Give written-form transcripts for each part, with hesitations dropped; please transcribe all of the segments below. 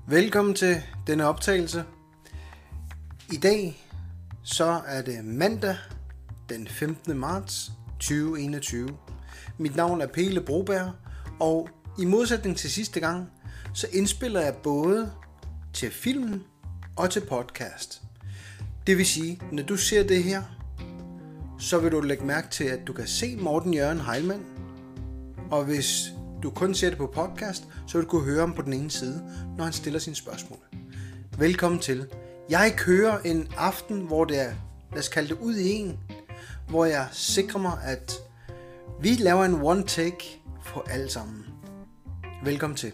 Velkommen til denne optagelse. I dag så er det mandag den 15. marts 2021. Mit navn er Pele Broberg, og i modsætning til sidste gang, så indspiller jeg både til film og til podcast. Det vil sige, når du ser det her, så vil du lægge mærke til, at du kan se Morten Jørgen Heilmann, og hvis du kun ser det på podcast, så vil du kunne høre ham på den ene side, når han stiller sine spørgsmål. Velkommen til. Jeg kører en aften, hvor det er, lad os kalde det ud i en, hvor jeg sikrer mig, at vi laver en one take for alle sammen. Velkommen til.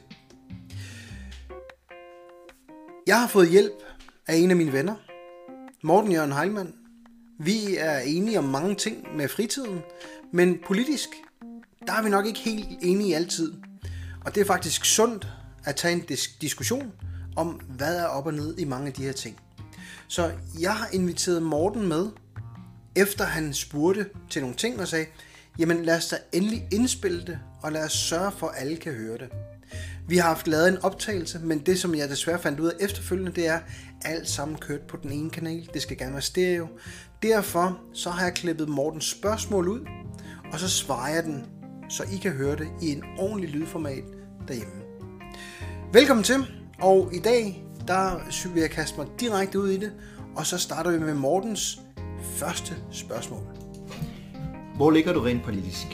Jeg har fået hjælp af en af mine venner, Morten Jørgen Heilmann. Vi er enige om mange ting med fritiden, men politisk, der er vi nok ikke helt enige altid. Og det er faktisk sundt at tage en diskussion om, hvad er op og ned i mange af de her ting. Så jeg har inviteret Morten med, efter han spurgte til nogle ting og sagde, jamen lad os da endelig indspille det, og lad os sørge for, at alle kan høre det. Vi har haft lavet en optagelse, men det som jeg desværre fandt ud af efterfølgende, det er alt sammen kørt på den ene kanal. Det skal gerne være stereo. Derfor så har jeg klippet Mortens spørgsmål ud, og så svarer jeg den, så I kan høre det i en ordentlig lydformat derhjemme. Velkommen til, og i dag der vil jeg kaste mig direkte ud i det, og så starter vi med Mortens første spørgsmål. Hvor ligger du rent politisk?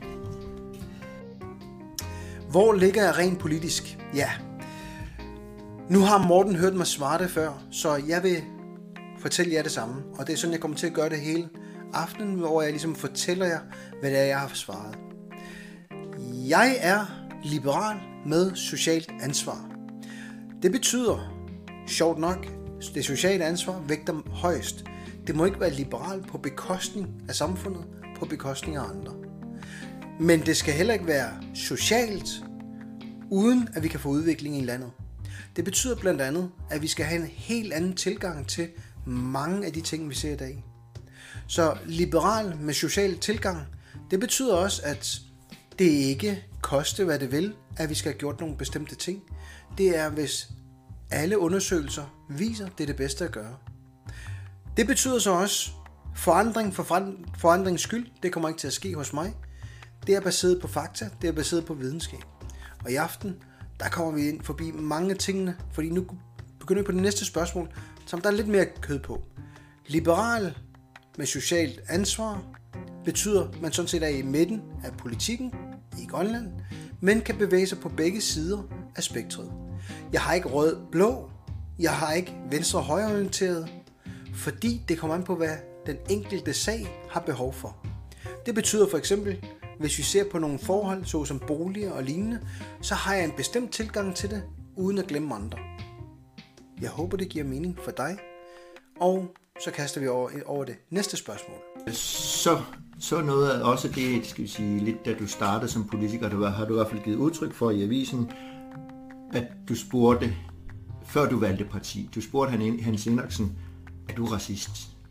Hvor ligger jeg rent politisk? Ja, nu har Morten hørt mig svare det før, så jeg vil fortælle jer det samme, og det er sådan, jeg kommer til at gøre det hele aftenen, hvor jeg ligesom fortæller jer, hvad det er, jeg har svaret. Jeg er liberal med socialt ansvar. Det betyder, sjovt nok, det sociale ansvar vægter højst. Det må ikke være liberalt på bekostning af samfundet, på bekostning af andre. Men det skal heller ikke være socialt, uden at vi kan få udvikling i landet. Det betyder blandt andet, at vi skal have en helt anden tilgang til mange af de ting, vi ser i dag. Så liberal med social tilgang, det betyder også, at det ikke koster, hvad det vil, at vi skal have gjort nogle bestemte ting. Det er, hvis alle undersøgelser viser, det er det bedste at gøre. Det betyder så også, forandring for forandringens skyld, det kommer ikke til at ske hos mig. Det er baseret på fakta, det er baseret på videnskab. Og i aften, der kommer vi ind forbi mange af tingene, fordi nu begynder vi på det næste spørgsmål, som der er lidt mere kød på. Liberal med socialt ansvar betyder, at man sådan set er i midten af politikken i Grønland, men kan bevæge sig på begge sider af spektret. Jeg har ikke rød-blå, jeg har ikke venstre-højreorienteret, fordi det kommer an på, hvad den enkelte sag har behov for. Det betyder for eksempel, hvis vi ser på nogle forhold, såsom boliger og lignende, så har jeg en bestemt tilgang til det, uden at glemme andre. Jeg håber, det giver mening for dig, og så kaster vi over det næste spørgsmål. Så noget af også det, skal vi sige, lidt da du startede som politiker, har du i hvert fald givet udtryk for i avisen, at du spurgte, før du valgte parti, du spurgte Hans Enoksen, er du racist?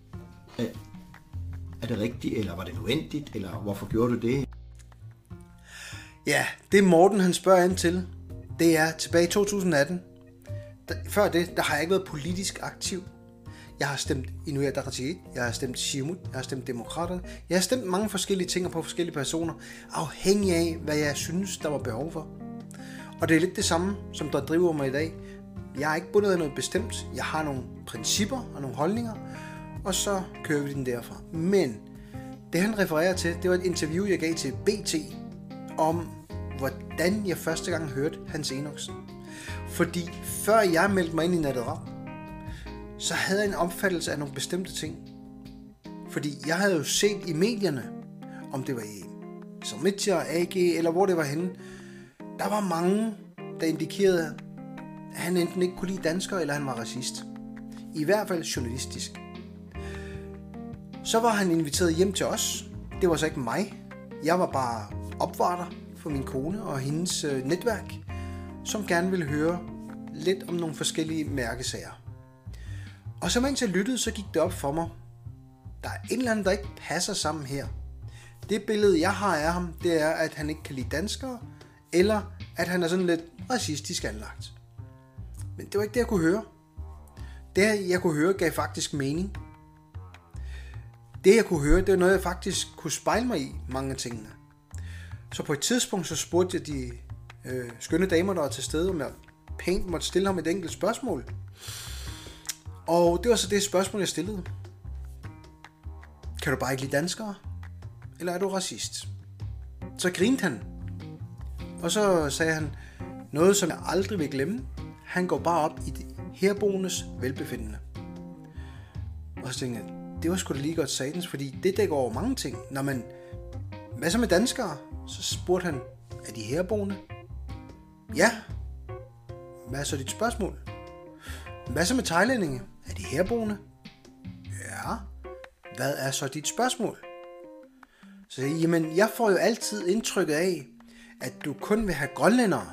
Er det rigtigt, eller var det nødvendigt, eller hvorfor gjorde du det? Ja, det Morten han spørger ind til, det er tilbage i 2018. Før det, der har jeg ikke været politisk aktiv. Jeg har stemt Inuit Ataqatigiit, jeg har stemt Siumut, jeg har stemt Demokraterne. Jeg har stemt mange forskellige ting på forskellige personer, afhængig af, hvad jeg synes, der var behov for. Og det er lidt det samme, som der driver mig i dag. Jeg er ikke bundet af noget bestemt. Jeg har nogle principper og nogle holdninger, og så kører vi den derfra. Men det han refererer til, det var et interview, jeg gav til BT, om hvordan jeg første gang hørte Hans Enoksen. Fordi før jeg meldte mig ind i Nettet Rap, så havde jeg en opfattelse af nogle bestemte ting. Fordi jeg havde jo set i medierne, om det var i Samitja, AG, eller hvor det var henne, der var mange, der indikerede, at han enten ikke kunne lide danskere, eller han var racist. I hvert fald journalistisk. Så var han inviteret hjem til os. Det var så ikke mig. Jeg var bare opvarter for min kone og hendes netværk, som gerne ville høre lidt om nogle forskellige mærkesager. Og så mens jeg lyttede, så gik det op for mig. Der er et eller andet, der ikke passer sammen her. Det billede, jeg har af ham, det er, at han ikke kan lide danskere, eller at han er sådan lidt racistisk anlagt. Men det var ikke det, jeg kunne høre. Det, jeg kunne høre, gav faktisk mening. Det, jeg kunne høre, det var noget, jeg faktisk kunne spejle mig i, mange af tingene. Så på et tidspunkt, så spurgte jeg de skønne damer, der var til stede, om jeg pænt måtte stille ham et enkelt spørgsmål. Og det var så det spørgsmål, jeg stillede. Kan du bare ikke lide danskere? Eller er du racist? Så grinte han. Og så sagde han noget, som jeg aldrig vil glemme. Han går bare op i de herboendes velbefindende. Og så tænkte jeg, det var sgu da lige godt satans, fordi det dækker over mange ting. Når man, hvad så med danskere? Så spurgte han, er de herboende? Ja. Hvad er så dit spørgsmål? Hvad så med thailændinge? Er de herboende? Ja. Hvad er så dit spørgsmål? Så sagde jeg, jamen jeg får jo altid indtrykket af, at du kun vil have grønlændere.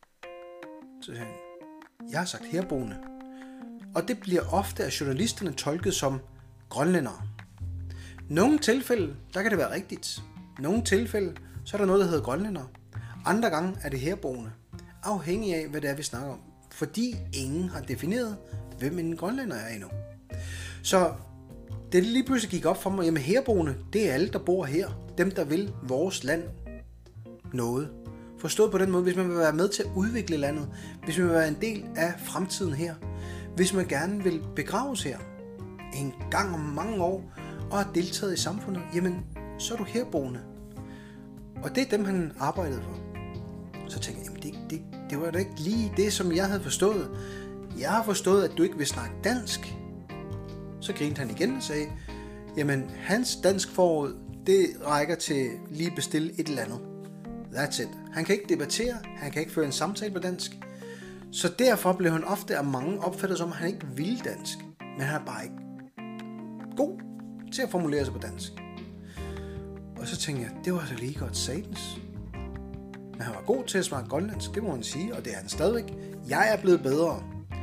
Så sagde han, jeg har sagt herboende. Og det bliver ofte af journalisterne tolket som grønlændere. Nogle tilfælde, der kan det være rigtigt. Nogle tilfælde, så er der noget, der hedder grønlændere. Andre gange er det herboende. Afhængig af, hvad det er, vi snakker om. Fordi ingen har defineret, hvem en grønlænder er endnu. Så det lige pludselig gik op for mig, jamen herboende, det er alle, der bor her. Dem, der vil vores land noget. Forstået på den måde, hvis man vil være med til at udvikle landet, hvis man vil være en del af fremtiden her, hvis man gerne vil begraves her, en gang om mange år, og har deltaget i samfundet, jamen, så er du herboende. Og det er dem, han arbejdede for. Så tænkte jeg, jamen det var da ikke lige det, som jeg havde forstået. Jeg har forstået, at du ikke vil snakke dansk. Så grinte han igen og sagde, jamen, hans dansk forråd, det rækker til lige bestille et eller andet. That's it. Han kan ikke debattere, han kan ikke føre en samtale på dansk. Så derfor blev han ofte af mange opfattet som, at han ikke ville dansk. Men han er bare ikke god til at formulere sig på dansk. Og så tænkte jeg, det var så lige godt satans. Men han var god til at snakke grønlandsk, det må han sige, og det er han stadigvæk. Jeg er blevet bedre.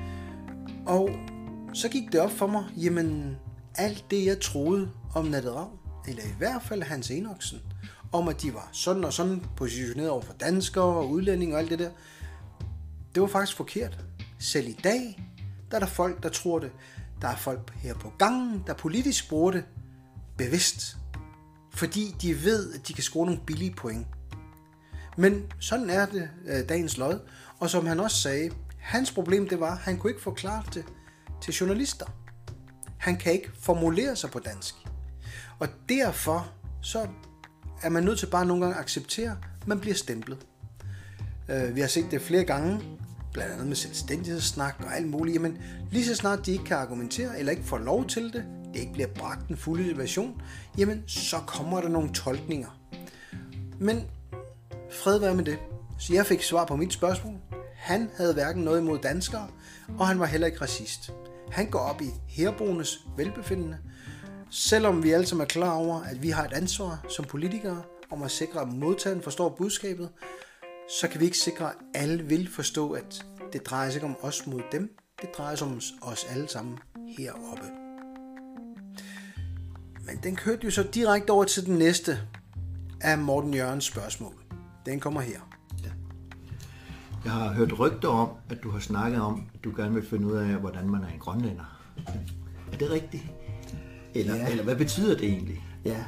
Og så gik det op for mig, jamen alt det jeg troede om Natte Ravn, eller i hvert fald Hans Enoksen, om at de var sådan og sådan positioneret over for danskere og udlændinge og alt det der, det var faktisk forkert. Selv i dag, der er der folk, der tror det. Der er folk her på gangen, der politisk bruger det bevidst. Fordi de ved, at de kan score nogle billige point. Men sådan er det dagens lod. Og som han også sagde, hans problem det var, at han kunne ikke forklare det til journalister. Han kan ikke formulere sig på dansk. Og derfor så er man nødt til bare nogle gange at acceptere, at man bliver stemplet. Vi har set det flere gange, blandt andet med selvstændighedssnak og alt muligt. Jamen, lige så snart de ikke kan argumentere, eller ikke får lov til det, det ikke bliver bragt en fuld version, jamen, så kommer der nogle tolkninger. Men fred være med det. Så jeg fik svar på mit spørgsmål. Han havde hverken noget imod danskere, og han var heller ikke racist. Han går op i herboendes velbefindende, selvom vi alle sammen er klar over, at vi har et ansvar som politikere om at sikre, at modtageren forstår budskabet, så kan vi ikke sikre, at alle vil forstå, at det drejer sig ikke om os mod dem. Det drejer sig om os alle sammen heroppe. Men den kørte jo så direkte over til den næste af Morten Jørgens spørgsmål. Den kommer her. Ja. Jeg har hørt rygter om, at du har snakket om, at du gerne vil finde ud af, hvordan man er en grønlænder. Er det rigtigt? Eller hvad betyder det egentlig?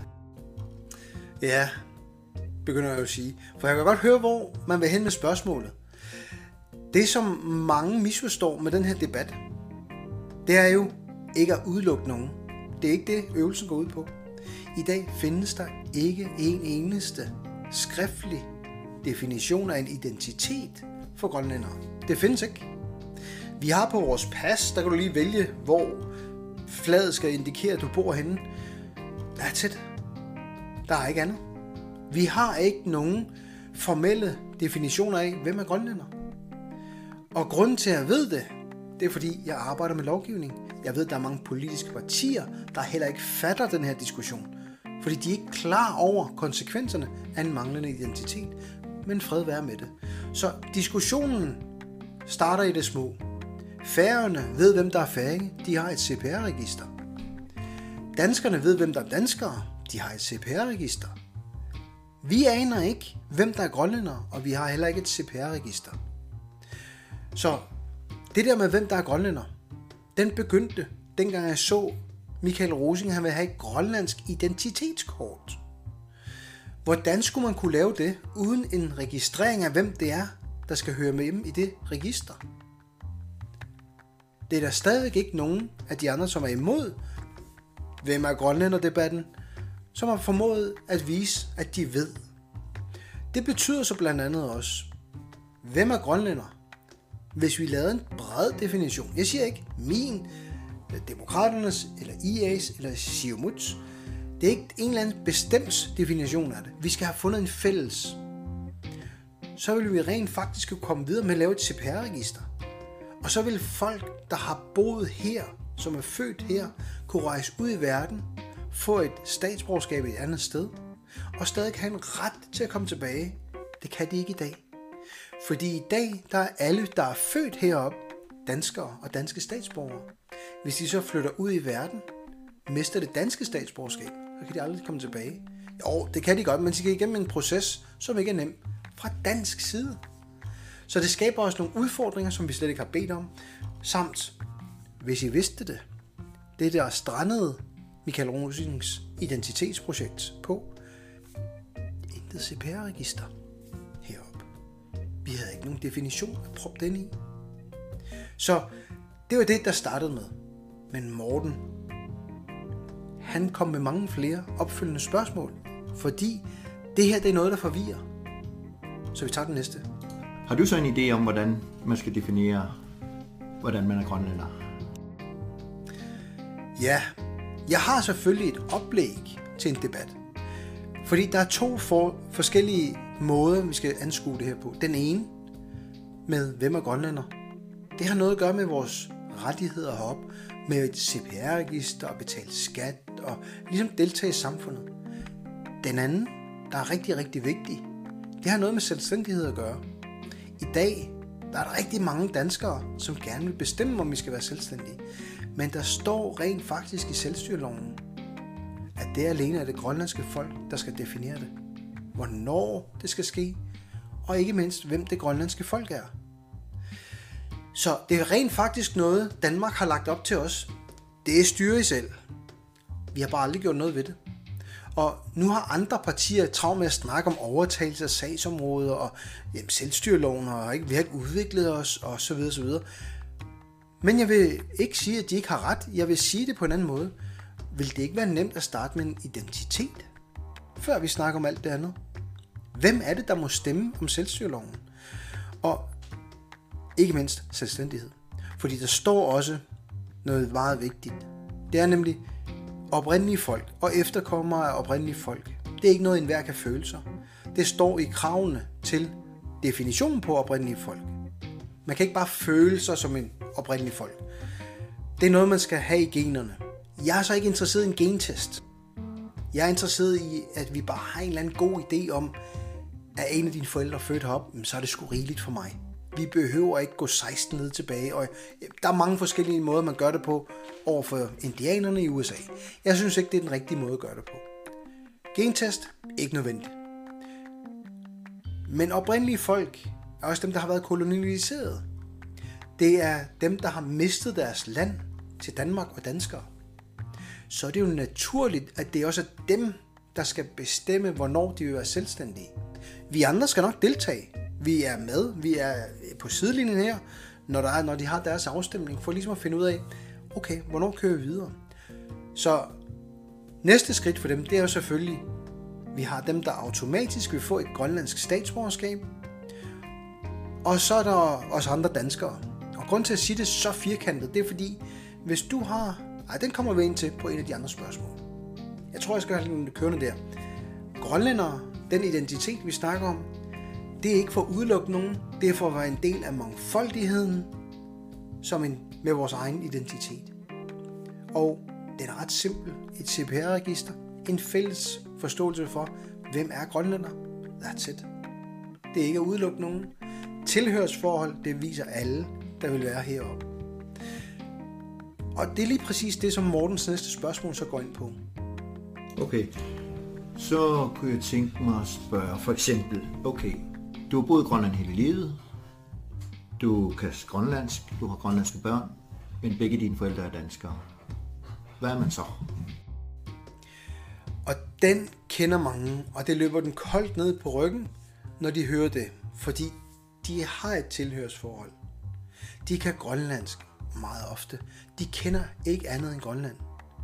Ja, begynder jeg jo at sige. For jeg kan godt høre, hvor man vil hen med spørgsmålet. Det, som mange misforstår med den her debat, det er jo ikke at udelukke nogen. Det er ikke det, øvelsen går ud på. I dag findes der ikke en eneste skriftlig definition af en identitet for grønlændere. Det findes ikke. Vi har på vores pas, der kan du lige vælge, hvor flaget skal indikere, at du bor henne. That's it. Der er ikke andet. Vi har ikke nogen formelle definitioner af, hvem er grønlænder. Og grunden til, at jeg ved det, det er fordi, jeg arbejder med lovgivning. Jeg ved, at der er mange politiske partier, der heller ikke fatter den her diskussion. Fordi de er ikke klar over konsekvenserne af en manglende identitet. Men fred være med det. Så diskussionen starter i det små. Færøerne ved, hvem der er færinge. De har et CPR-register. Danskerne ved, hvem der er danskere. De har et CPR-register. Vi aner ikke, hvem der er grønlændere, og vi har heller ikke et CPR-register. Så Det der med, hvem der er grønlænder, den begyndte, dengang jeg så Michael Rosing, han ville have et grønlandsk identitetskort. Hvordan skulle man kunne lave det, uden en registrering af, hvem det er, der skal høre med dem i det register? Det er der stadig ikke nogen af de andre, som er imod, hvem er grønlænderdebatten, som har formået at vise, at de ved. Det betyder så blandt andet også, hvem er grønlænder? Hvis vi lavede en bred definition, jeg siger ikke min, Demokraternes, eller IA's, eller Siumuts, det er ikke en eller anden bestemt definition af det. Vi skal have fundet en fælles. Så vil vi rent faktisk kunne komme videre med at lave et CPR-register. Og så vil folk, der har boet her, som er født her, kunne rejse ud i verden, få et statsborgerskab et andet sted, og stadig have en ret til at komme tilbage. Det kan de ikke i dag. Fordi i dag, der er alle, der er født heroppe, danskere og danske statsborgere. Hvis de så flytter ud i verden, mister det danske statsborgerskab, så kan de aldrig komme tilbage. Jo, det kan de godt, men de skal igennem en proces, som ikke er nem fra dansk side. Så det skaber også nogle udfordringer, som vi slet ikke har bedt om. Samt, hvis I vidste det, det der strandede Michael Rosings identitetsprojekt på, intet CPR-register heroppe. Vi havde ikke nogen definition at proppe den i. Så det var det, der startede med. Men Morten, han kom med mange flere opfølgende spørgsmål, fordi det her, det er noget, der forvirrer. Så vi tager den næste. Har du så en idé om, hvordan man skal definere, hvordan man er grønlænder? Ja, jeg har selvfølgelig et oplæg til en debat. Fordi der er to forskellige måder, vi skal anskue det her på. Den ene med, hvem er grønlænder. Det har noget at gøre med vores rettigheder heroppe, med et CPR-register og betale skat og ligesom deltage i samfundet. Den anden, der er rigtig, rigtig vigtig, det har noget med selvstændighed at gøre. I dag, der er der rigtig mange danskere, som gerne vil bestemme, om vi skal være selvstændige. Men der står rent faktisk i selvstyreloven, at det alene er det grønlandske folk, der skal definere det. Hvornår det skal ske, og ikke mindst, hvem det grønlandske folk er. Så det er rent faktisk noget, Danmark har lagt op til os. Det er styre i selv. Vi har bare aldrig gjort noget ved det. Og nu har andre partier travlt med at snakke om overtagelse af sagsområder og selvstyreloven, og vi har ikke udviklet os, og så videre, så videre. Men jeg vil ikke sige, at de ikke har ret. Jeg vil sige det på en anden måde. Vil det ikke være nemt at starte med en identitet, før vi snakker om alt det andet? Hvem er det, der må stemme om selvstyreloven? Og ikke mindst selvstændighed. Fordi der står også noget meget vigtigt. Det er nemlig oprindelige folk og efterkommere af oprindelige folk. Det er ikke noget, enhver kan føle sig. Det står i kravene til definitionen på oprindelige folk. Man kan ikke bare føle sig som en oprindelig folk. Det er noget, man skal have i generne. Jeg er så ikke interesseret i en gentest. Jeg er interesseret i, at vi bare har en eller anden god idé om, at en af dine forældre er født heroppe, så er det sgu rigeligt for mig. Vi behøver ikke gå 16 ned tilbage, og der er mange forskellige måder, man gør det på over for indianerne i USA. Jeg synes ikke, det er den rigtige måde at gøre det på. Gentest, ikke nødvendigt. Men oprindelige folk er også dem, der har været kolonialiseret. Det er dem, der har mistet deres land til Danmark og danskere. Så er det jo naturligt, at det også er dem, der skal bestemme, hvornår de vil være selvstændige. Vi andre skal nok deltage. Vi er med, vi er på sidelinjen her, når de har deres afstemning, for ligesom at finde ud af, okay, hvornår kører vi videre? Så næste skridt for dem, det er jo selvfølgelig, vi har dem, der automatisk vil få et grønlandsk statsborgerskab, og så er der også andre danskere. Og grund til at sige det så firkantet, det er fordi, hvis du har, den kommer vi ind til på en af de andre spørgsmål. Jeg tror, jeg skal have lidt kørende der. Grønlændere, den identitet, vi snakker om, det er ikke for at udelukke nogen, det er for at være en del af mangfoldigheden, med vores egen identitet. Og den er ret simpel. Et CPR-register, en fælles forståelse for, hvem er grønlænder. That's it. Det er ikke at udelukke nogen. Tilhørsforhold, det viser alle, der vil være heroppe. Og det er lige præcis det, som Mortens næste spørgsmål så går ind på. Okay, så kunne jeg tænke mig at spørge, for eksempel, okay, du har boet i Grønland hele livet, Du kan grønlandsk, du har grønlandske børn, men begge dine forældre er danskere. Hvad er man så? Og den kender mange, og det løber den koldt ned på ryggen, når de hører det, fordi de har et tilhørsforhold. De kan grønlandsk meget ofte. De kender ikke andet end Grønland.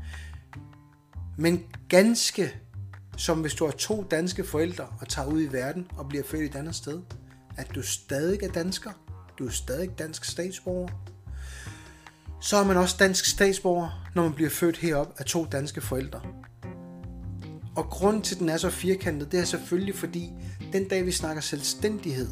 Men ganske som hvis du har 2 danske forældre og tager ud i verden og bliver født et andet sted, at du stadig er dansker, du er stadig dansk statsborger, så er man også dansk statsborger, når man bliver født herop af 2 danske forældre. Og grunden til, at den er så firkantet, det er selvfølgelig fordi, den dag vi snakker selvstændighed,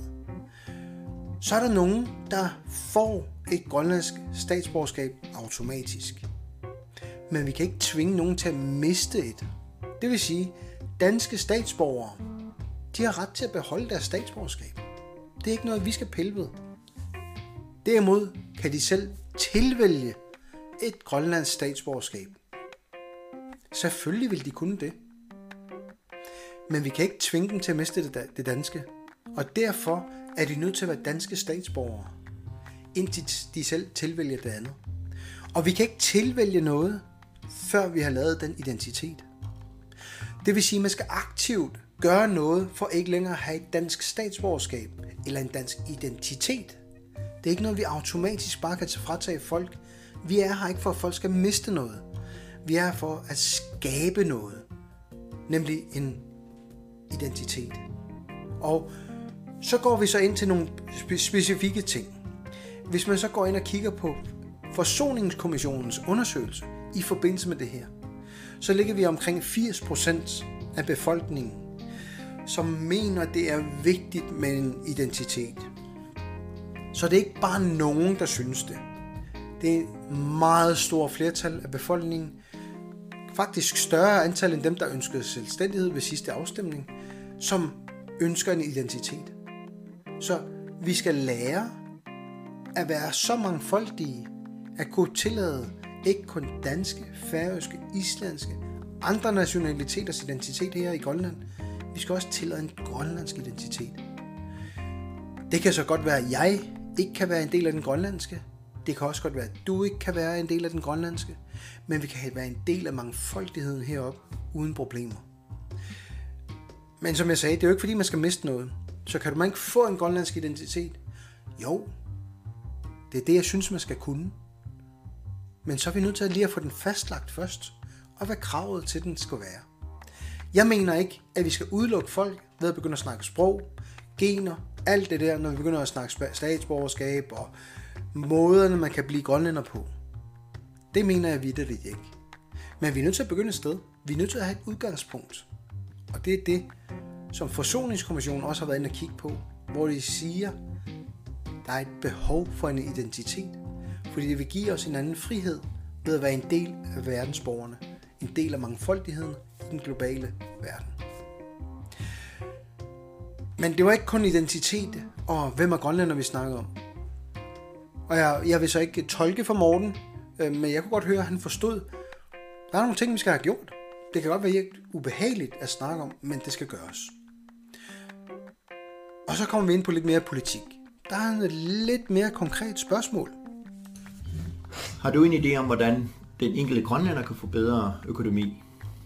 så er der nogen, der får et grønlandsk statsborgerskab automatisk. Men vi kan ikke tvinge nogen til at miste et. Det vil sige, danske statsborgere, de har ret til at beholde deres statsborgerskab. Det er ikke noget, vi skal pille ved. Derimod kan de selv tilvælge et grønlandsk statsborgerskab. Selvfølgelig vil de kunne det. Men vi kan ikke tvinge dem til at miste det danske. Og derfor er de nødt til at være danske statsborgere, indtil de selv tilvælger det andet. Og vi kan ikke tilvælge noget, før vi har lavet den identitet. Det vil sige, at man skal aktivt gøre noget for ikke længere at have et dansk statsborgerskab eller en dansk identitet. Det er ikke noget, vi automatisk bare kan fratage folk. Vi er her ikke for, at folk skal miste noget. Vi er her for at skabe noget, nemlig en identitet. Og så går vi så ind til nogle specifikke ting. Hvis man så går ind og kigger på Forsoningskommissionens undersøgelse i forbindelse med det her, så ligger vi omkring 80% af befolkningen, som mener, det er vigtigt med en identitet. Så det er ikke bare nogen, der synes det. Det er et meget stort flertal af befolkningen, faktisk større antal end dem, der ønskede selvstændighed ved sidste afstemning, som ønsker en identitet. Så vi skal lære at være så mangfoldige, at kunne tillade ikke kun danske, færøske, islandske, andre nationaliteters identitet her i Grønland. Vi skal også tillade en grønlandsk identitet. Det kan så godt være, at jeg ikke kan være en del af den grønlandske. Det kan også godt være, at du ikke kan være en del af den grønlandske. Men vi kan være en del af mangfoldigheden heroppe uden problemer. Men som jeg sagde, det er jo ikke fordi, man skal miste noget. Så kan man ikke få en grønlandsk identitet? Jo, det er det, jeg synes, man skal kunne. Men så er vi nødt til at lige at få den fastlagt først, og hvad kravet til den skal være. Jeg mener ikke, at vi skal udelukke folk ved at begynde at snakke sprog, gener, alt det der, når vi begynder at snakke statsborgerskab og måderne, man kan blive grønlænder på. Det mener jeg vitterligt ikke. Men vi er nødt til at begynde et sted. Vi er nødt til at have et udgangspunkt. Og det er det, som Forsoningskommissionen også har været inde at kigge på, hvor de siger, der er et behov for en identitet, fordi det vil give os en anden frihed ved at være en del af verdensborgerne, en del af mangfoldigheden i den globale verden. Men det var ikke kun identitet og hvem er grønlænder, vi snakkede om. Og jeg vil så ikke tolke for Morten, men jeg kunne godt høre, at han forstod, der er nogle ting, vi skal have gjort. Det kan godt være ubehageligt at snakke om, men det skal gøres. Og så kommer vi ind på lidt mere politik. Der er et lidt mere konkret spørgsmål. Har du en idé om, hvordan den enkelte grønlænder kan få bedre økonomi?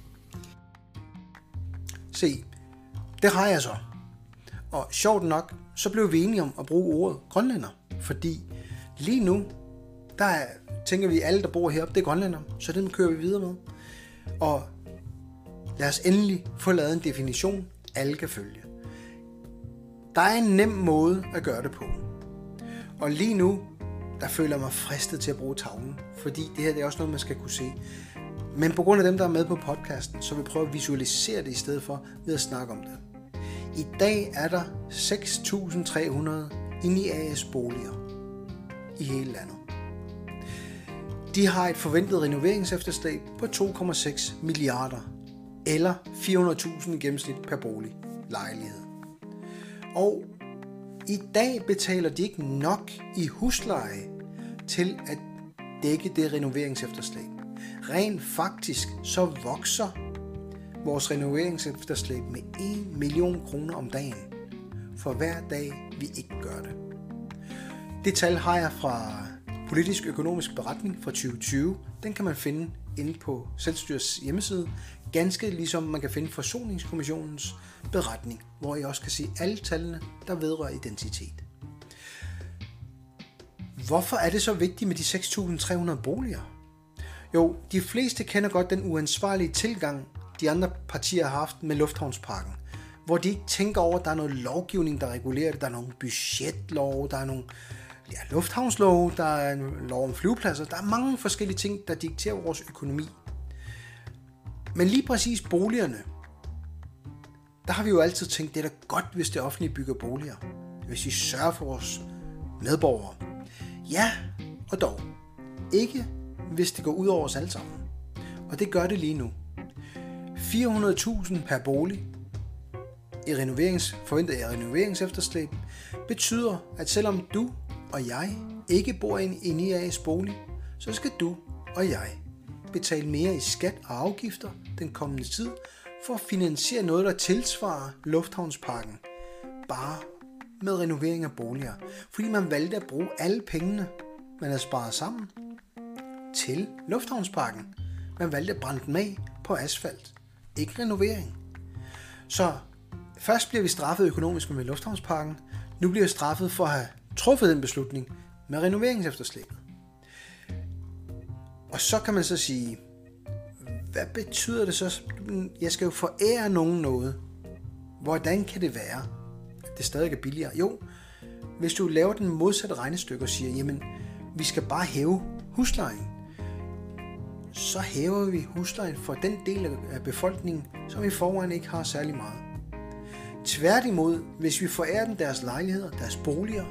Se, det har jeg så. Og sjovt nok, så blev vi enige om at bruge ordet grønlænder. Fordi lige nu, tænker vi, at alle, der bor heroppe, det er grønlænder. Så den kører vi videre med. Og lad os endelig få lavet en definition, alle kan følge. Der er en nem måde at gøre det på. Og lige nu, der føler jeg mig fristet til at bruge tavlen. Fordi det her det er også noget, man skal kunne se. Men på grund af dem, der er med på podcasten, så vil jeg prøve at visualisere det i stedet for ved at snakke om det. I dag er der 6.300 inde i AS-boliger i hele landet. De har et forventet renoveringsefterslæb på 2,6 milliarder, eller 400.000 i gennemsnit per bolig lejlighed. Og i dag betaler de ikke nok i husleje til at dække det renoveringsefterslæb. Rent faktisk så vokser vores renoveringsefterslæb med 1 million kroner om dagen, for hver dag vi ikke gør det. Det tal har jeg fra Politisk Økonomisk Beretning fra 2020. Den kan man finde inde på Selvstyrets hjemmeside, ganske ligesom man kan finde Forsoningskommissionens beretning, hvor I også kan se alle tallene, der vedrører identitet. Hvorfor er det så vigtigt med de 6.300 boliger? Jo, de fleste kender godt den uansvarlige tilgang, de andre partier har haft med Lufthavnsparken, hvor de ikke tænker over, at der er noget lovgivning, der regulerer det. Der er nogle budgetlov, der er nogle lufthavnslov, der er en lov om flyvepladser. Der er mange forskellige ting, der dikterer vores økonomi. Men lige præcis boligerne, der har vi jo altid tænkt, det er da godt, hvis det offentlige bygger boliger. Hvis vi sørger for vores medborgere. Ja, og dog. Ikke hvis det går ud over os alle sammen. Og det gør det lige nu. 400.000 per bolig i forventet renoveringsefterslæb betyder, at selvom du og jeg ikke bor i en IA's bolig, så skal du og jeg betale mere i skat og afgifter den kommende tid for at finansiere noget, der tilsvarer Lufthavnsparken, bare med renovering af boliger. Fordi man valgte at bruge alle pengene, man havde sparet sammen, til Lufthavnsparken. Man valgte at brænde dem af på asfalt, ikke renovering. Så først bliver vi straffet økonomisk med Lufthavnsparken, nu bliver vi straffet for at have truffet den beslutning med renoveringsefterslæbet. Og så kan man så sige, hvad betyder det så? Jeg skal jo forære nogen noget. Hvordan kan det være, at det stadig er billigere? Jo, hvis du laver den modsatte regnestykke og siger, jamen, vi skal bare hæve huslejen, så hæver vi huslejen for den del af befolkningen, som i forvejen ikke har særlig meget. Tværtimod, hvis vi forærer dem deres lejligheder, deres boliger,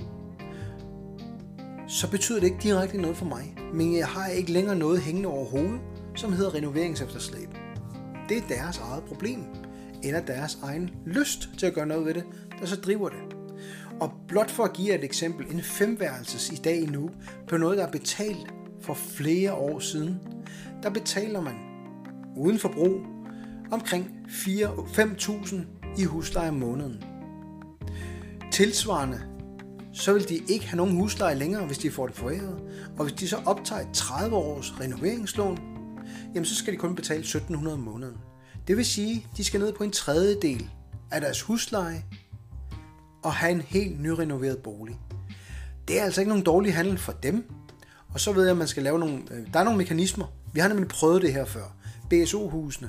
så betyder det ikke direkte noget for mig. Men jeg har ikke længere noget hængende over hovedet, som hedder renoveringsefterslæb. Det er deres eget problem, eller deres egen lyst til at gøre noget ved det, der så driver det. Og blot for at give jer et eksempel, en 5-værelses i dag nu, på noget, der er betalt for flere år siden, der betaler man uden forbrug omkring 5.000 i husleje om måneden. Tilsvarende, så vil de ikke have nogen husleje længere, hvis de får det foræret. Og hvis de så optager et 30 års renoveringslån, jamen så skal de kun betale 1.700 om måneden. Det vil sige, at de skal ned på en tredjedel af deres husleje og have en helt nyrenoveret bolig. Det er altså ikke nogen dårlig handel for dem. Og så ved jeg, at man skal lave der er nogle mekanismer. Vi har nemlig prøvet det her før. BSO-husene,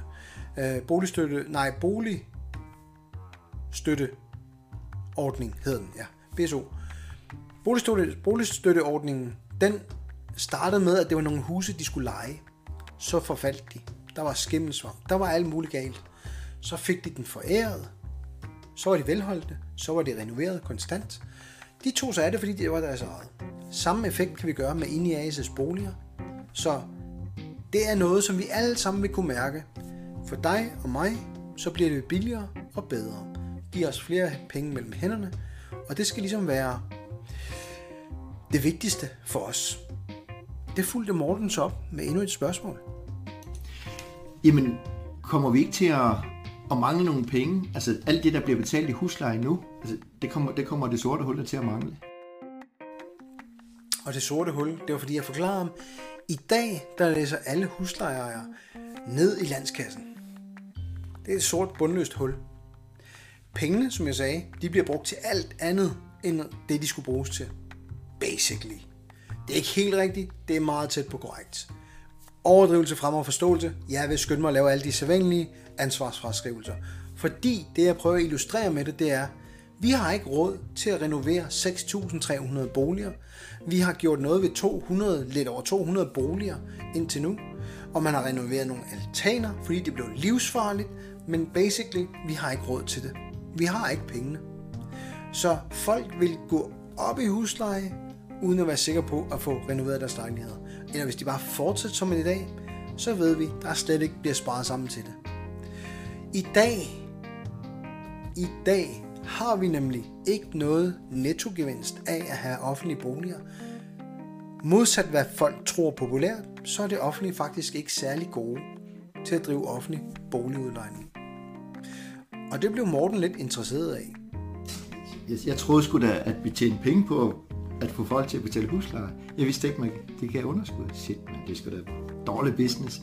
boligstøtteordning hedder den, ja. BSO. Boligstøtteordningen, den startede med, at det var nogle huse, de skulle leje. Så forfaldt de. Der var skimmelsvamp. Der var alt muligt galt. Så fik de den foræret. Så var de velholdte. Så var de renoveret konstant. De tog sig af det, fordi det var deres eget. Samme effekt kan vi gøre med IA's boliger. Så det er noget, som vi alle sammen vil kunne mærke. For dig og mig, så bliver det billigere og bedre. Giver os flere penge mellem hænderne. Og det skal ligesom være det vigtigste for os. Det fulgte Morten så op med endnu et spørgsmål. Jamen, kommer vi ikke til at mangle nogle penge? Altså alt det, der bliver betalt i husleje nu, altså, det kommer det sorte hul til at mangle. Og det sorte hul, det var fordi jeg forklarede om, i dag der læser alle huslejere ned i landskassen. Det er et sort bundløst hul. Pengene, som jeg sagde, de bliver brugt til alt andet, end det de skulle bruges til. Basically. Det er ikke helt rigtigt, det er meget tæt på korrekt. Overdrivelse frem og forståelse. Jeg vil skynde mig at lave alle de sædvanlige ansvarsfraskrivelser. Fordi det jeg prøver at illustrere med det er, vi har ikke råd til at renovere 6.300 boliger. Vi har gjort noget ved lidt over 200 boliger indtil nu. Og man har renoveret nogle altaner, fordi det blev livsfarligt. Men basically, vi har ikke råd til det. Vi har ikke pengene. Så folk vil gå op i husleje, uden at være sikre på at få renoveret deres lejligheder. Eller hvis de bare fortsætter som i dag, så ved vi, der slet ikke bliver sparet sammen til det. I dag har vi nemlig ikke noget nettogevinst af at have offentlige boliger. Modsat hvad folk tror populært, så er det offentlige faktisk ikke særlig gode til at drive offentlig boligudlejning. Og det blev Morten lidt interesseret af. Jeg troede sgu da, at vi tjente penge på at få folk til at betale husleje. Jeg vidste ikke, det kan underskud. Shit, men det skal da dårlig business.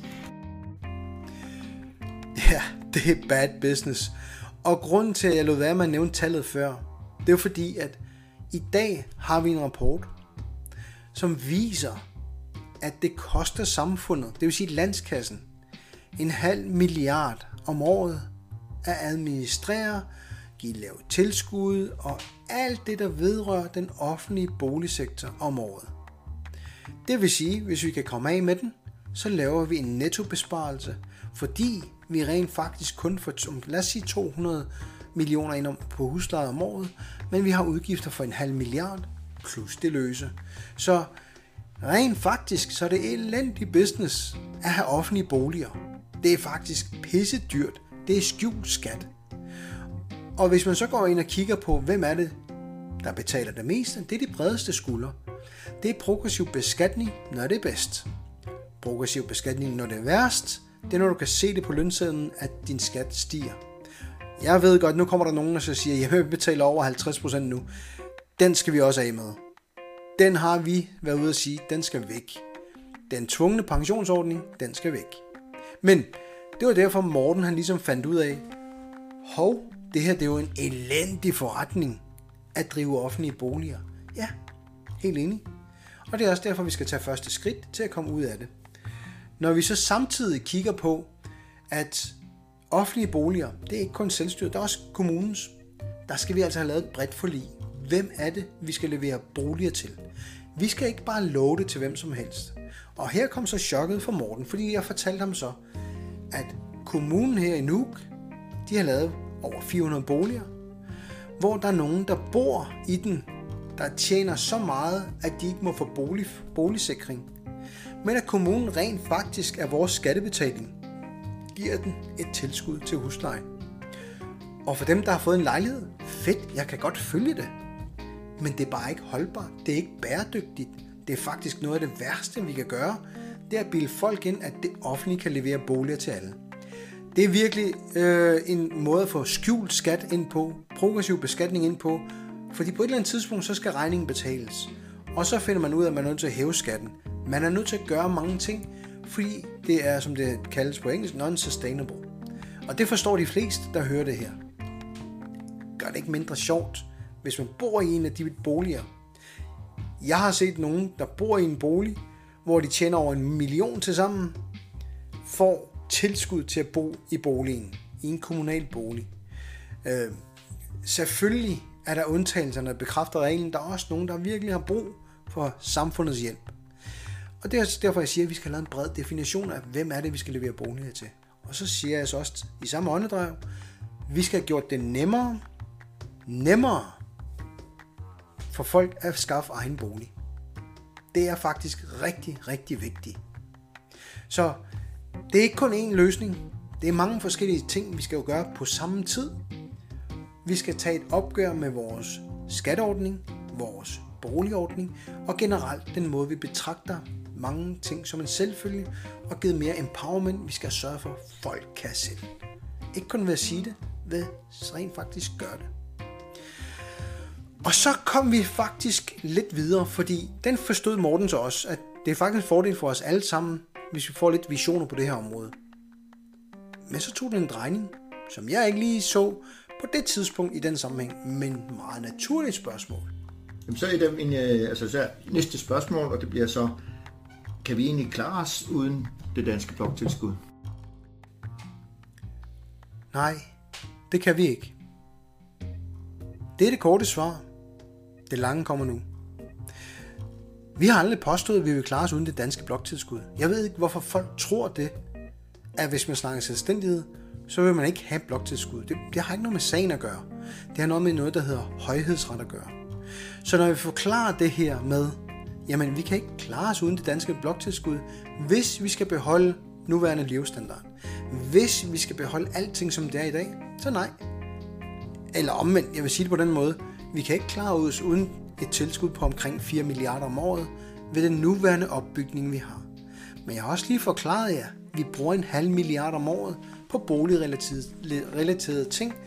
Ja, det er bad business. Og grunden til, at jeg lod være med at nævne tallet før, det er jo fordi, at i dag har vi en rapport, som viser, at det koster samfundet, det vil sige landskassen, 0,5 milliard om året at administrere, give lavt tilskud og alt det, der vedrører den offentlige boligsektor om året. Det vil sige, hvis vi kan komme af med den, så laver vi en nettobesparelse, fordi vi rent faktisk kun får, lad os sige 200 millioner ind på husleje om året, men vi har udgifter for 0,5 milliard plus det løse. Så rent faktisk, så er det elendig business at have offentlige boliger. Det er faktisk pisse dyrt. Det er skjult skat. Og hvis man så går ind og kigger på, hvem er det, der betaler det meste, det er de bredeste skuldre. Det er progressiv beskatning, når det er bedst. Progressiv beskatning, når det er værst, det er når du kan se det på lønsedlen, at din skat stiger. Jeg ved godt, nu kommer der nogen, der så siger, at jeg betaler over 50% nu. Den skal vi også af med. Den har vi været ude at sige, den skal væk. Den tvungne pensionsordning, den skal væk. Men det var derfor Morten han ligesom fandt ud af, det her det er jo en elendig forretning at drive offentlige boliger. Ja, helt enig. Og det er også derfor, vi skal tage første skridt til at komme ud af det. Når vi så samtidig kigger på, at offentlige boliger, det er ikke kun selvstyre, det er også kommunens. Der skal vi altså have lavet et bredt forlig. Hvem er det, vi skal levere boliger til? Vi skal ikke bare love det til hvem som helst. Og her kom så chokket for Morten, fordi jeg fortalte ham så, at kommunen her i Nuuk, de har lavet over 400 boliger, hvor der er nogen, der bor i den, der tjener så meget, at de ikke må få boligsikring. Men at kommunen rent faktisk af vores skattebetaling giver den et tilskud til huslejen. Og for dem, der har fået en lejlighed, fedt, jeg kan godt følge det. Men det er bare ikke holdbart, det er ikke bæredygtigt. Det er faktisk noget af det værste, vi kan gøre, det er at bilde folk ind, at det offentlige kan levere boliger til alle. Det er virkelig en måde at få skjult skat ind på, progressiv beskatning ind på, fordi på et eller andet tidspunkt, så skal regningen betales. Og så finder man ud af, at man er nødt til at hæve skatten. Man er nødt til at gøre mange ting, fordi det er, som det kaldes på engelsk, non-sustainable. Og det forstår de fleste, der hører det her. Gør det ikke mindre sjovt, hvis man bor i en af de boliger. Jeg har set nogen, der bor i en bolig, hvor de tjener over 1 million til sammen, får tilskud til at bo i boligen, i en kommunal bolig. Selvfølgelig er der undtagelser, der bekræfter reglen. Der er også nogen, der virkelig har brug for samfundets hjælp. Og det er derfor, jeg siger, at vi skal have en bred definition af, hvem er det, vi skal levere boliger til. Og så siger jeg så også i samme åndedræt, vi skal have gjort det nemmere for folk at skaffe egen bolig. Det er faktisk rigtig, rigtig vigtigt. Så det er ikke kun én løsning. Det er mange forskellige ting, vi skal jo gøre på samme tid. Vi skal tage et opgør med vores skatteordning, vores boligordning og generelt den måde, vi betragter mange ting som en selvfølge og givet mere empowerment. Vi skal sørge for, at folk kan selv. Ikke kun ved at sige det, ved rent faktisk gøre det. Og så kom vi faktisk lidt videre, fordi den forstod Morten så også, at det er faktisk en fordel for os alle sammen, hvis vi får lidt visioner på det her område. Men så tog det en drejning, som jeg ikke lige så på det tidspunkt i den sammenhæng, men meget naturligt spørgsmål. Jamen, så er det næste spørgsmål, og det bliver så, kan vi egentlig klare os uden det danske bloktilskud? Nej, det kan vi ikke. Det er det korte svar. Det lange kommer nu. Vi har aldrig påstået, at vi vil klare os uden det danske bloktilskud. Jeg ved ikke, hvorfor folk tror det, at hvis man snakker selvstændighed, så vil man ikke have bloktilskud. Det har ikke noget med sagen at gøre. Det har noget, der hedder højhedsret at gøre. Så når vi forklarer det her med, jamen vi kan ikke klare os uden det danske bloktilskud, hvis vi skal beholde nuværende levestandard. Hvis vi skal beholde alting, som det er i dag, så nej. Eller omvendt, jeg vil sige det på den måde, vi kan ikke klare os uden et tilskud på omkring 4 milliarder om året ved den nuværende opbygning, vi har. Men jeg har også lige forklaret jer, at vi bruger 0,5 milliard om året på boligrelaterede ting,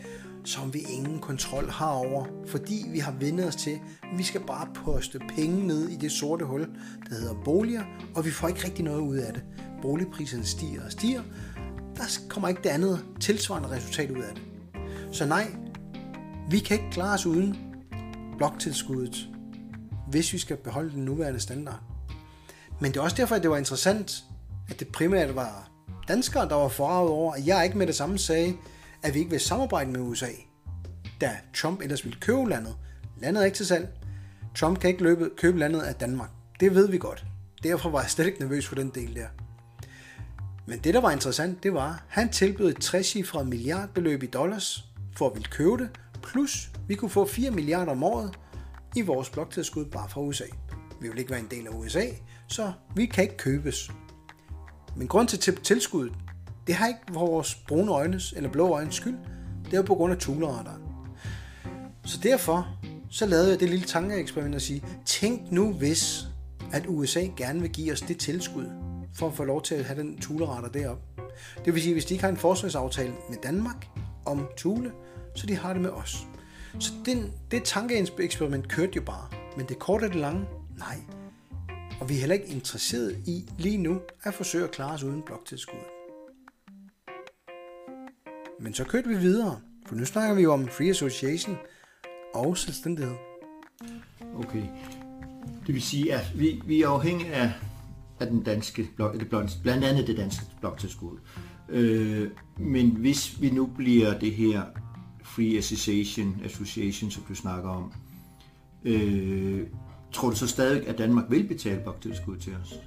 som vi ingen kontrol har over, fordi vi har vendt os til, at vi skal bare poste penge ned i det sorte hul, der hedder boliger, og vi får ikke rigtig noget ud af det. Boligpriserne stiger og stiger. Der kommer ikke det andet tilsvarende resultat ud af det. Så nej, vi kan ikke klare os uden bloktilskuddet, hvis vi skal beholde den nuværende standard. Men det er også derfor, at det var interessant, at det primært var danskere, der var forarvet over, at jeg ikke med det samme sagde, at vi ikke vil samarbejde med USA, da Trump ellers ville købe landet. Landet er ikke til salg. Trump kan ikke købe landet af Danmark. Det ved vi godt. Derfor var jeg slet ikke nervøs for den del der. Men det, der var interessant, det var, at han tilbød et 3-cifret milliardbeløb i dollars for at ville købe det, plus vi kunne få 4 milliarder om året i vores bloktilskud bare fra USA. Vi vil ikke være en del af USA, så vi kan ikke købes. Men grund til tilskuddet, det har ikke vores brune øjnes eller blå øjnes skyld. Det er jo på grund af Thule-radaren. Så derfor så lavede jeg det lille tankeeksperiment at sige, tænk nu hvis, at USA gerne vil give os det tilskud, for at få lov til at have den Thule-radar deroppe. Det vil sige, hvis de ikke har en forsvarsaftale med Danmark om Thule, så de har det med os. Så det tankeeksperiment kørte jo bare. Men det korte og det lange, nej. Og vi er heller ikke interesseret i lige nu at forsøge at klare os uden bloktilskud. Men så kørte vi videre, for nu snakker vi jo om free association og selvstændighed. Okay. Det vil sige, at vi er afhængige af den danske blandt andet det danske bloktilskud. Men hvis vi nu bliver det her free association, som du snakker om, tror du så stadig, at Danmark vil betale bloktilskud til os?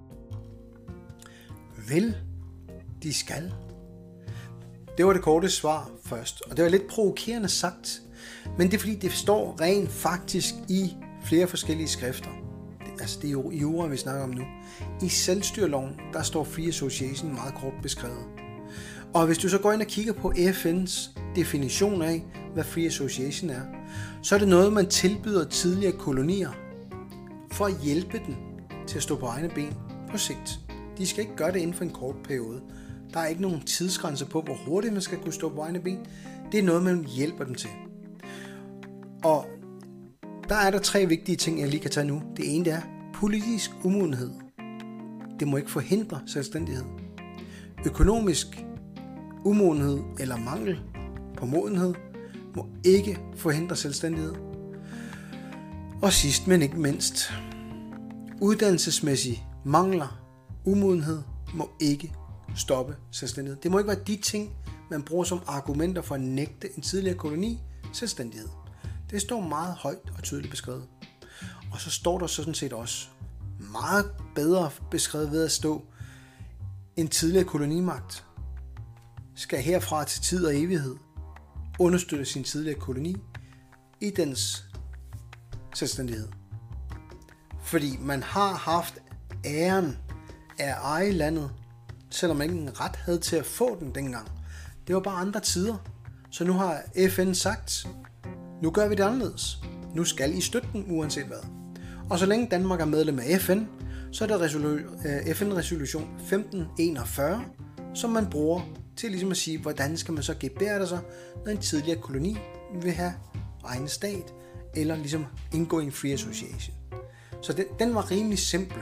Vil? De skal. Det var det korte svar først, og det var lidt provokerende sagt, men det er fordi, det står rent faktisk i flere forskellige skrifter. Altså det er jo jura, vi snakker om nu. I selvstyreloven, der står free association meget kort beskrevet. Og hvis du så går ind og kigger på FN's definition af, hvad free association er, så er det noget, man tilbyder tidligere kolonier for at hjælpe dem til at stå på egne ben på sigt. De skal ikke gøre det inden for en kort periode. Der er ikke nogen tidsgrænser på, hvor hurtigt man skal kunne stå på egne ben. Det er noget, man hjælper dem til. Og der er der 3 vigtige ting, jeg lige kan tage nu. Det ene er politisk umodenhed. Det må ikke forhindre selvstændighed. Økonomisk umodenhed eller mangel på modenhed må ikke forhindre selvstændighed. Og sidst, men ikke mindst, uddannelsesmæssige mangler, umodenhed må ikke stoppe selvstændighed. Det må ikke være de ting, man bruger som argumenter for at nægte en tidligere koloni selvstændighed. Det står meget højt og tydeligt beskrevet. Og så står der sådan set også meget bedre beskrevet ved at stå, en tidligere kolonimagt skal herfra til tid og evighed understøtte sin tidligere koloni i dens selvstændighed. Fordi man har haft æren af at eje landet, selvom man ikke en ret havde til at få den dengang. Det var bare andre tider. Så nu har FN sagt, nu gør vi det anderledes. Nu skal I støtte den uanset hvad. Og så længe Danmark er medlem af FN, så er der FN-resolution 1541, som man bruger til ligesom at sige, hvordan skal man så gebærde sig, når en tidligere koloni vil have egen stat, eller ligesom indgå i en free association. Så den var rimelig simpel.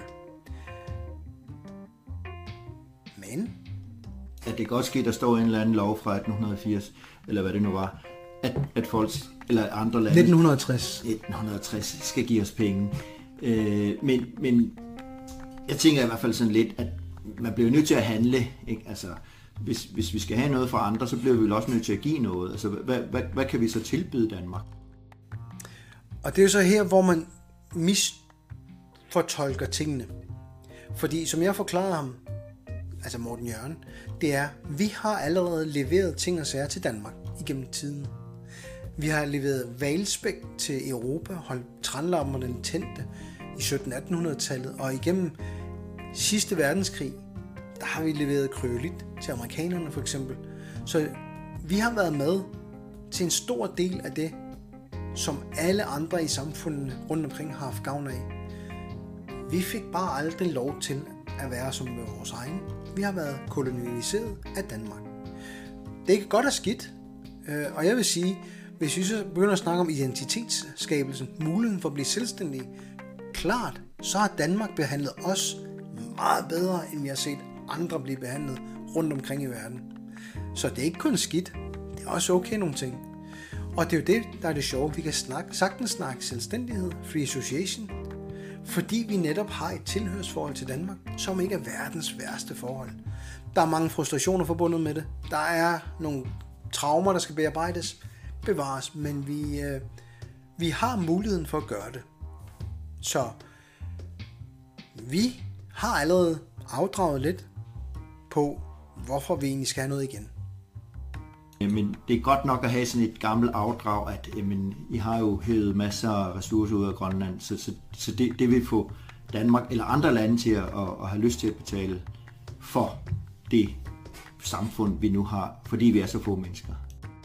Men at det kan godt ske, der står en eller anden lov fra 1880, eller hvad det nu var, at folk, eller andre lande... 1960 skal give os penge. Men jeg tænker i hvert fald sådan lidt, at man bliver nødt til at handle, ikke? Altså, hvis vi skal have noget fra andre, så bliver vi vel også nødt til at give noget. Altså, hvad kan vi så tilbyde Danmark? Og det er jo så her, hvor man misfortolker tingene. Fordi som jeg forklarede ham, altså Morten Jørgen, det er, vi har allerede leveret ting og sager til Danmark igennem tiden. Vi har leveret hvalspæk til Europa, holdt tranlammerne tændte i 1700-1800-tallet, og igennem sidste verdenskrig, der har vi leveret kryolit til amerikanerne for eksempel. Så vi har været med til en stor del af det, som alle andre i samfundet rundt omkring har haft gavn af. Vi fik bare aldrig lov til at være som vores egen. Vi har været koloniseret af Danmark. Det er ikke godt og skidt. Og jeg vil sige, hvis vi så begynder at snakke om identitetsskabelsen, muligheden for at blive selvstændige, klart, så har Danmark behandlet os meget bedre, end vi har set andre blive behandlet rundt omkring i verden. Så det er ikke kun skidt, det er også okay nogle ting. Og det er jo det, der er det sjove. Vi kan sagtens snakke selvstændighed, free association, fordi vi netop har et tilhørsforhold til Danmark, som ikke er verdens værste forhold. Der er mange frustrationer forbundet med det. Der er nogle traumer, der skal bevares, men vi har muligheden for at gøre det. Så vi har allerede afdraget lidt på, hvorfor vi egentlig skal have noget igen. Jamen, det er godt nok at have sådan et gammelt afdrag, at I har jo hævet masser af ressourcer ud af Grønland, så det vil få Danmark eller andre lande til at have lyst til at betale for det samfund, vi nu har, fordi vi er så få mennesker.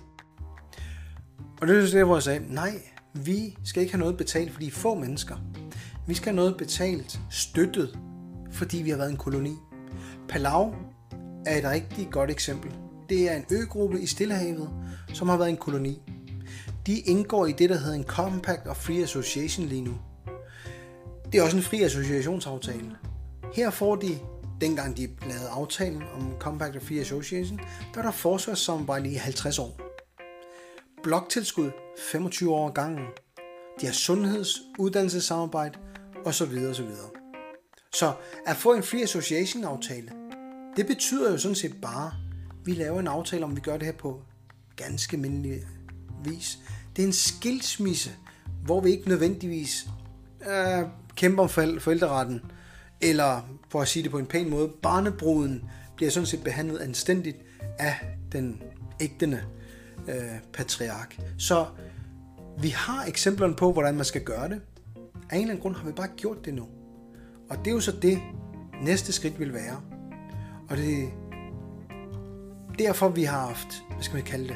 Og det er det, hvor jeg sagde, nej, vi skal ikke have noget betalt, fordi få mennesker. Vi skal have noget betalt, støttet, fordi vi har været en koloni. Palau er et rigtig godt eksempel. Det er en øgruppe i Stillehavet, som har været en koloni. De indgår i det, der hedder en Compact of Free Association lige nu. Det er også en fri associationsaftale. Her får de, dengang de lavede aftalen om Compact of Free Association, der er der forsvarssamarbejde i 50 år. Bloktilskud 25 år gangen. De har sundheds-, uddannelsessamarbejde osv. osv. Så at få en free association aftale, det betyder jo sådan set bare, vi laver en aftale om, vi gør det her på ganske almindelig vis. Det er en skilsmisse, hvor vi ikke nødvendigvis kæmper om forældreretten, eller for at sige det på en pæn måde, barnebruden bliver sådan set behandlet anstændigt af den ægtende patriark. Så vi har eksemplerne på, hvordan man skal gøre det. Af en eller anden grund har vi bare gjort det nu. Og det er jo så det, næste skridt vil være. Og det er derfor, vi har haft, hvad skal man kalde det,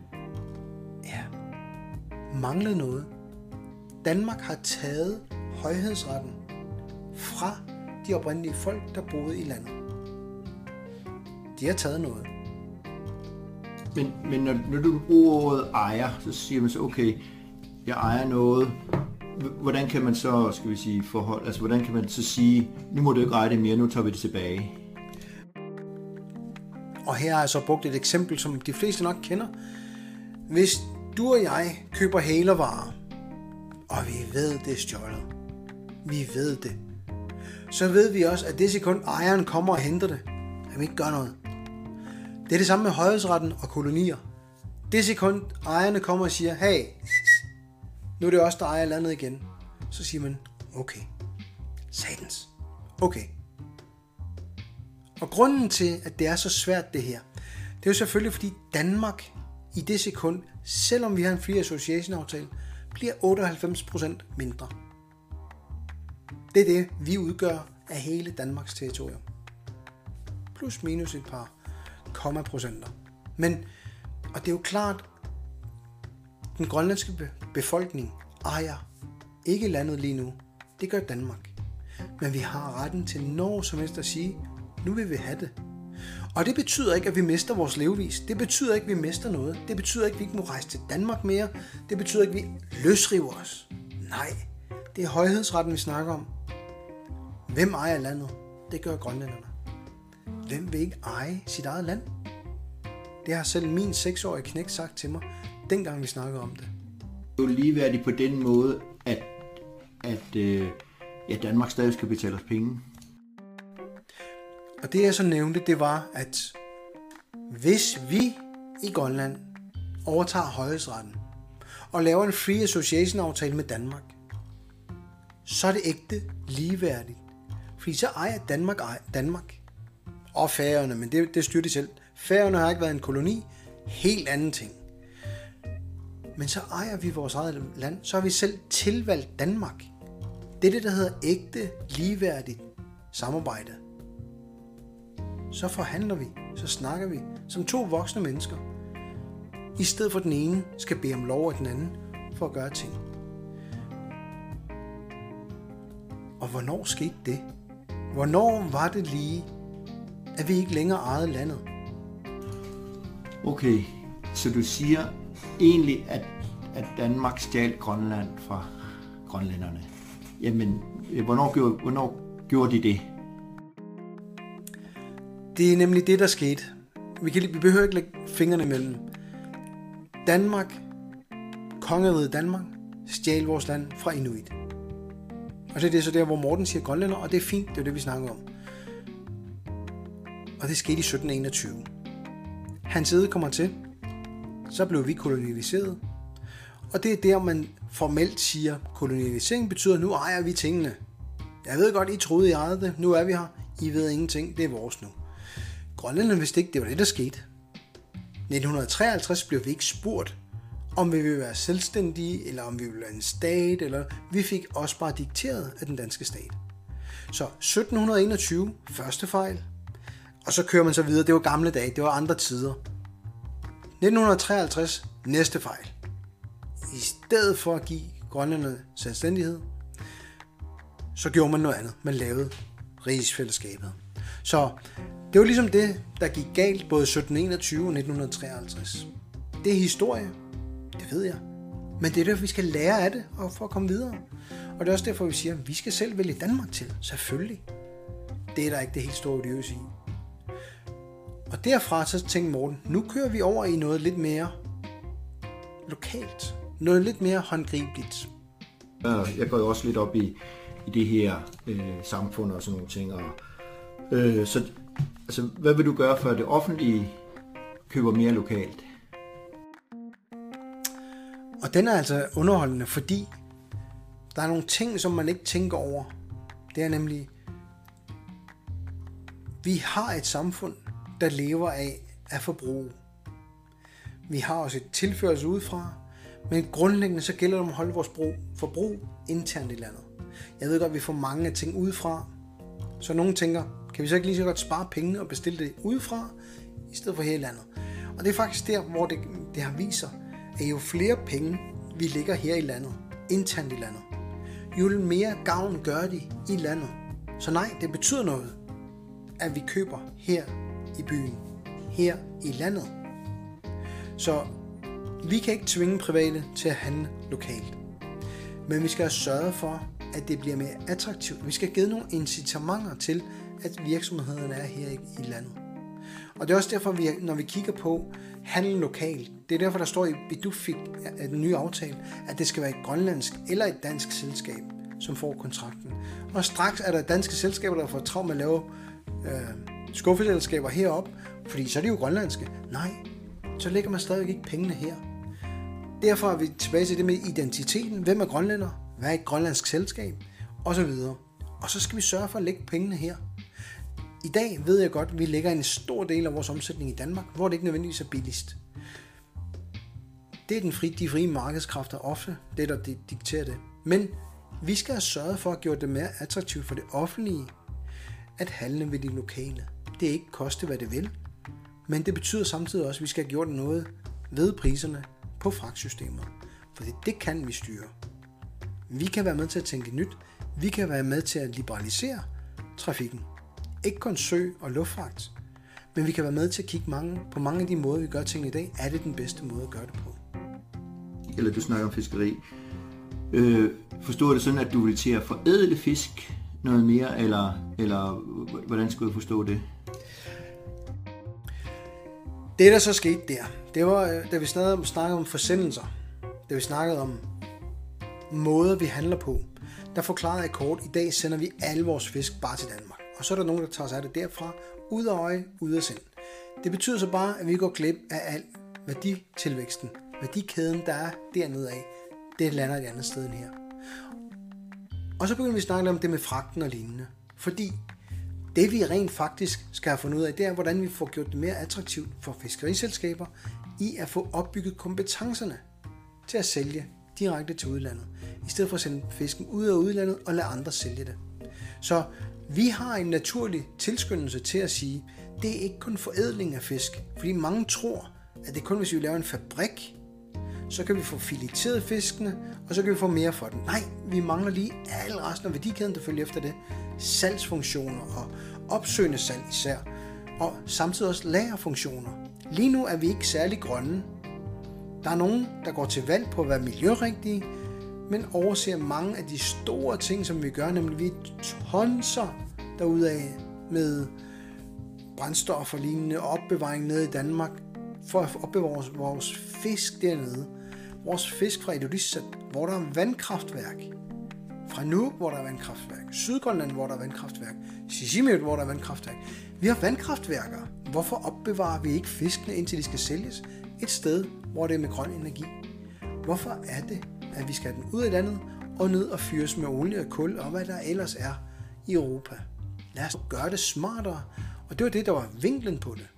manglet noget. Danmark har taget højhedsretten fra de oprindelige folk, der boede i landet. De har taget noget. Men når du bruger ordet ejer, så siger man så, okay, jeg ejer noget. Hvordan kan man så, skal vi sige, hvordan kan man så sige, nu må du ikke eje det mere, nu tager vi det tilbage? Og her har jeg så brugt et eksempel, som de fleste nok kender. Hvis du og jeg køber hælervarer, og vi ved, det er stjålet, vi ved det, så ved vi også, at det sekund ejeren kommer og henter det, at vi ikke gør noget. Det er det samme med højhedsretten og kolonier. Det sekund ejerne kommer og siger, hey, nu er det os, der ejer landet igen, så siger man, okay, satans, okay. Og grunden til, at det er så svært det her, det er jo selvfølgelig, fordi Danmark i det sekund, selvom vi har en free association aftale, bliver 98% mindre. Det er det, vi udgør af hele Danmarks territorium. Plus minus et par kommaprocenter. Men, og det er jo klart, den grønlandske befolkning ejer ikke landet lige nu. Det gør Danmark. Men vi har retten til når som helst at sige, nu vil vi have det. Og det betyder ikke, at vi mister vores levevis. Det betyder ikke, at vi mister noget. Det betyder ikke, at vi ikke må rejse til Danmark mere. Det betyder ikke, at vi løsriver os. Nej, det er højhedsretten, vi snakker om. Hvem ejer landet? Det gør grønlænderne. Hvem vil ikke eje sit eget land? Det har selv min 6-årige knægt sagt til mig, dengang vi snakkede om det. Det er jo ligeværdigt på den måde, at Danmark stadig skal betale os penge. Og det jeg så nævnte, det var, at hvis vi i Grønland overtager højhedsretten og laver en free association aftale med Danmark, så er det ægte ligeværdigt. Fordi så ejer Danmark og Færøerne, men det styrer de selv. Færøerne har ikke været en koloni, helt anden ting. Men så ejer vi vores eget land, så har vi selv tilvalgt Danmark. Det er det, der hedder ægte ligeværdigt samarbejde. Så forhandler vi, så snakker vi som to voksne mennesker, i stedet for den ene skal bede om lov af den anden for at gøre ting. Og hvornår skete det? Hvornår var det lige, at vi ikke længere ejede landet? Okay, Så du siger egentlig, at Danmark stjal Grønland fra grønlænderne. Jamen, hvornår gjorde de det? Det er nemlig det, der skete. Vi behøver ikke lægge fingrene imellem. Danmark, kongeriget Danmark, stjal vores land fra Inuit. Og det er så der, hvor Morten siger grønlænder, og det er fint, det er det, vi snakker om. Og det skete i 1721. Hans Ede kommer til, så blev vi kolonialiseret. Og det er der, man formelt siger, kolonialisering betyder, nu ejer vi tingene. Jeg ved godt, I troede, I ejede det. Nu er vi her. I ved ingenting. Det er vores nu. Grønlænderne vidste ikke, det var det, der skete. 1953 blev vi ikke spurgt, om vi ville være selvstændige, eller om vi ville være en stat, eller vi fik også bare dikteret af den danske stat. Så 1721, første fejl, og så kører man så videre. Det var gamle dage, det var andre tider. 1953, næste fejl. I stedet for at give grønlænderne selvstændighed, så gjorde man noget andet. Man lavede rigsfællesskabet. Så det var ligesom det, der gik galt både 1721 og 1953. Det er historie, det ved jeg. Men det er derfor, vi skal lære af det, og for at komme videre. Og det er også derfor, vi siger, at vi skal selv vælge Danmark til. Selvfølgelig. Det er der ikke det helt store odiøs i. Og derfra så tænkte Morten, nu kører vi over i noget lidt mere lokalt. Noget lidt mere håndgribeligt. Jeg går jo også lidt op i det her samfund og sådan nogle ting. Og, så altså, hvad vil du gøre for, at det offentlige køber mere lokalt? Og den er altså underholdende, fordi der er nogle ting, som man ikke tænker over. Det er nemlig, vi har et samfund, der lever af at forbruge. Vi har også et tilførsel udefra, men grundlæggende så gælder det om at holde vores forbrug internt i landet. Jeg ved godt, at vi får mange af ting udefra, så nogen tænker, kan vi så ikke lige så godt spare pengene og bestille det udefra, i stedet for her i landet. Og det er faktisk der, hvor det har vist sig, at jo flere penge vi lægger her i landet, internt i landet, jo mere gavn gør de i landet. Så nej, det betyder noget, at vi køber her i byen, her i landet. Så vi kan ikke tvinge private til at handle lokalt. Men vi skal have sørget for, at det bliver mere attraktivt. Vi skal give nogle incitamenter til, at virksomhederne er her i landet. Og det er også derfor, når vi kigger på handel lokalt, det er derfor, der står i Bidufik, den nye aftale, at det skal være et grønlandsk eller et dansk selskab, som får kontrakten. Og straks er der danske selskaber, der får travlt med at lave skuffeselskaber heroppe, fordi så er de jo grønlandske. Nej, så lægger man stadig ikke pengene her. Derfor er vi tilbage til det med identiteten. Hvem er grønlænder? Hvad er et grønlandsk selskab? Og så videre. Og så skal vi sørge for at lægge pengene her. I dag ved jeg godt, at vi lægger en stor del af vores omsætning i Danmark, hvor det ikke nødvendigvis er billigst. Det er de frie markedskræfter ofte, det der dikterer det. Men vi skal have sørget for at gøre det mere attraktivt for det offentlige, at handle ved de lokale. Det er ikke koste, hvad det vil, men det betyder samtidig også, at vi skal have gjort noget ved priserne på fragtsystemet. For det kan vi styre. Vi kan være med til at tænke nyt. Vi kan være med til at liberalisere trafikken. Ikke kun sø- og luftfragt, men vi kan være med til at kigge på mange af de måder, vi gør tingene i dag. Er det den bedste måde at gøre det på? Eller du snakker om fiskeri. Forstår det sådan, at du vil til at forædle fisk noget mere, eller hvordan skulle jeg forstå det? Det, der så skete der, det var, da vi snakkede om forsendelser, da vi snakkede om måder, vi handler på, der forklarede jeg kort, i dag sender vi alle vores fisk bare til Danmark. Og så er der nogen, der tager sig af det derfra, ud af øje, ud af sind. Det betyder så bare, at vi går glip af al værditilvæksten, værdikæden, der er dernede af. Det lander et andet sted end her. Og så begynder vi at snakke om det med fragten og lignende. Fordi det vi rent faktisk skal have fundet ud af, det er, hvordan vi får gjort det mere attraktivt for fiskeriselskaber i at få opbygget kompetencerne til at sælge direkte til udlandet, i stedet for at sende fisken ud af udlandet og lade andre sælge det. Så vi har en naturlig tilskyndelse til at sige, det er ikke kun forædling af fisk, fordi mange tror, at det er kun hvis vi laver en fabrik, så kan vi få fileteret fiskene, og så kan vi få mere for den. Nej, vi mangler lige al resten af værdikæden, der følger efter det. Salgsfunktioner og opsøgende salg især, og samtidig også lagerfunktioner. Lige nu er vi ikke særlig grønne Der er nogen, der går til valg på at være miljørigtige, men overser mange af de store ting, som vi gør, nemlig vi tonser derudaf med brændstof og lignende opbevaring nede i Danmark, for at opbevare vores fisk dernede. Vores fisk fra Ilulissat, hvor der er vandkraftværk. Fra Nuuk, hvor der er vandkraftværk. Sydgrønland, hvor der er vandkraftværk. Sisimiut, hvor der er vandkraftværk. Vi har vandkraftværker. Hvorfor opbevarer vi ikke fiskene, indtil de skal sælges? Et sted, hvor det er med grøn energi. Hvorfor er det, at vi skal have den ud af landet og ned og fyres med olie og kul og hvad der ellers er i Europa? Lad os gøre det smartere. Og det var det, der var vinklen på det.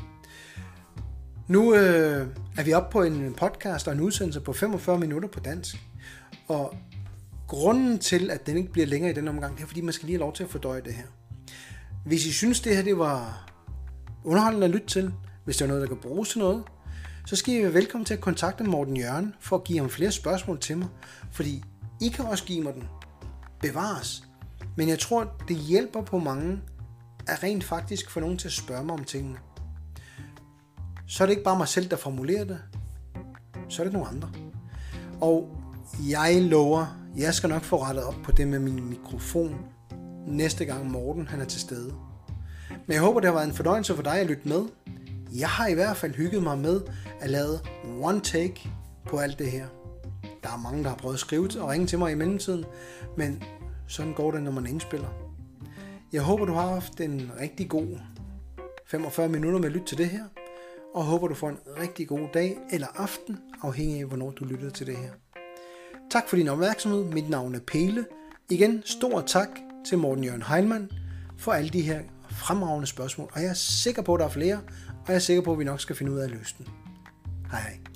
Nu er vi oppe på en podcast og en udsendelse på 45 minutter på dansk. Og grunden til, at den ikke bliver længere i den omgang, det er, fordi man skal lige have lov til at fordøje det her. Hvis I synes, det her det var underholdende at lytte til, hvis det er noget, der kan bruges til noget, så skal I være velkommen til at kontakte Morten Jørgen for at give ham flere spørgsmål til mig. Fordi I kan også give mig den. Bevares. Men jeg tror, det hjælper på mange at rent faktisk få nogen til at spørge mig om tingene. Så er det ikke bare mig selv, der formulerer det. Så er det nogle andre. Og jeg lover, jeg skal nok få rettet op på det med min mikrofon næste gang Morten han er til stede. Men jeg håber, det har været en fornøjelse for dig at lytte med. Jeg har i hvert fald hygget mig med at lave one take på alt det her. Der er mange, der har prøvet at skrive og ringe til mig i mellemtiden, men sådan går det, når man indspiller. Jeg håber, du har haft en rigtig god 45 minutter med at lytte til det her, og håber, du får en rigtig god dag eller aften, afhængig af, hvornår du lytter til det her. Tak for din opmærksomhed. Mit navn er Pele. Igen, stor tak til Morten Jørgen Heilmann for alle de her fremragende spørgsmål, og jeg er sikker på, at der er flere, og jeg er sikker på, at vi nok skal finde ud af at løse den. Hej hej.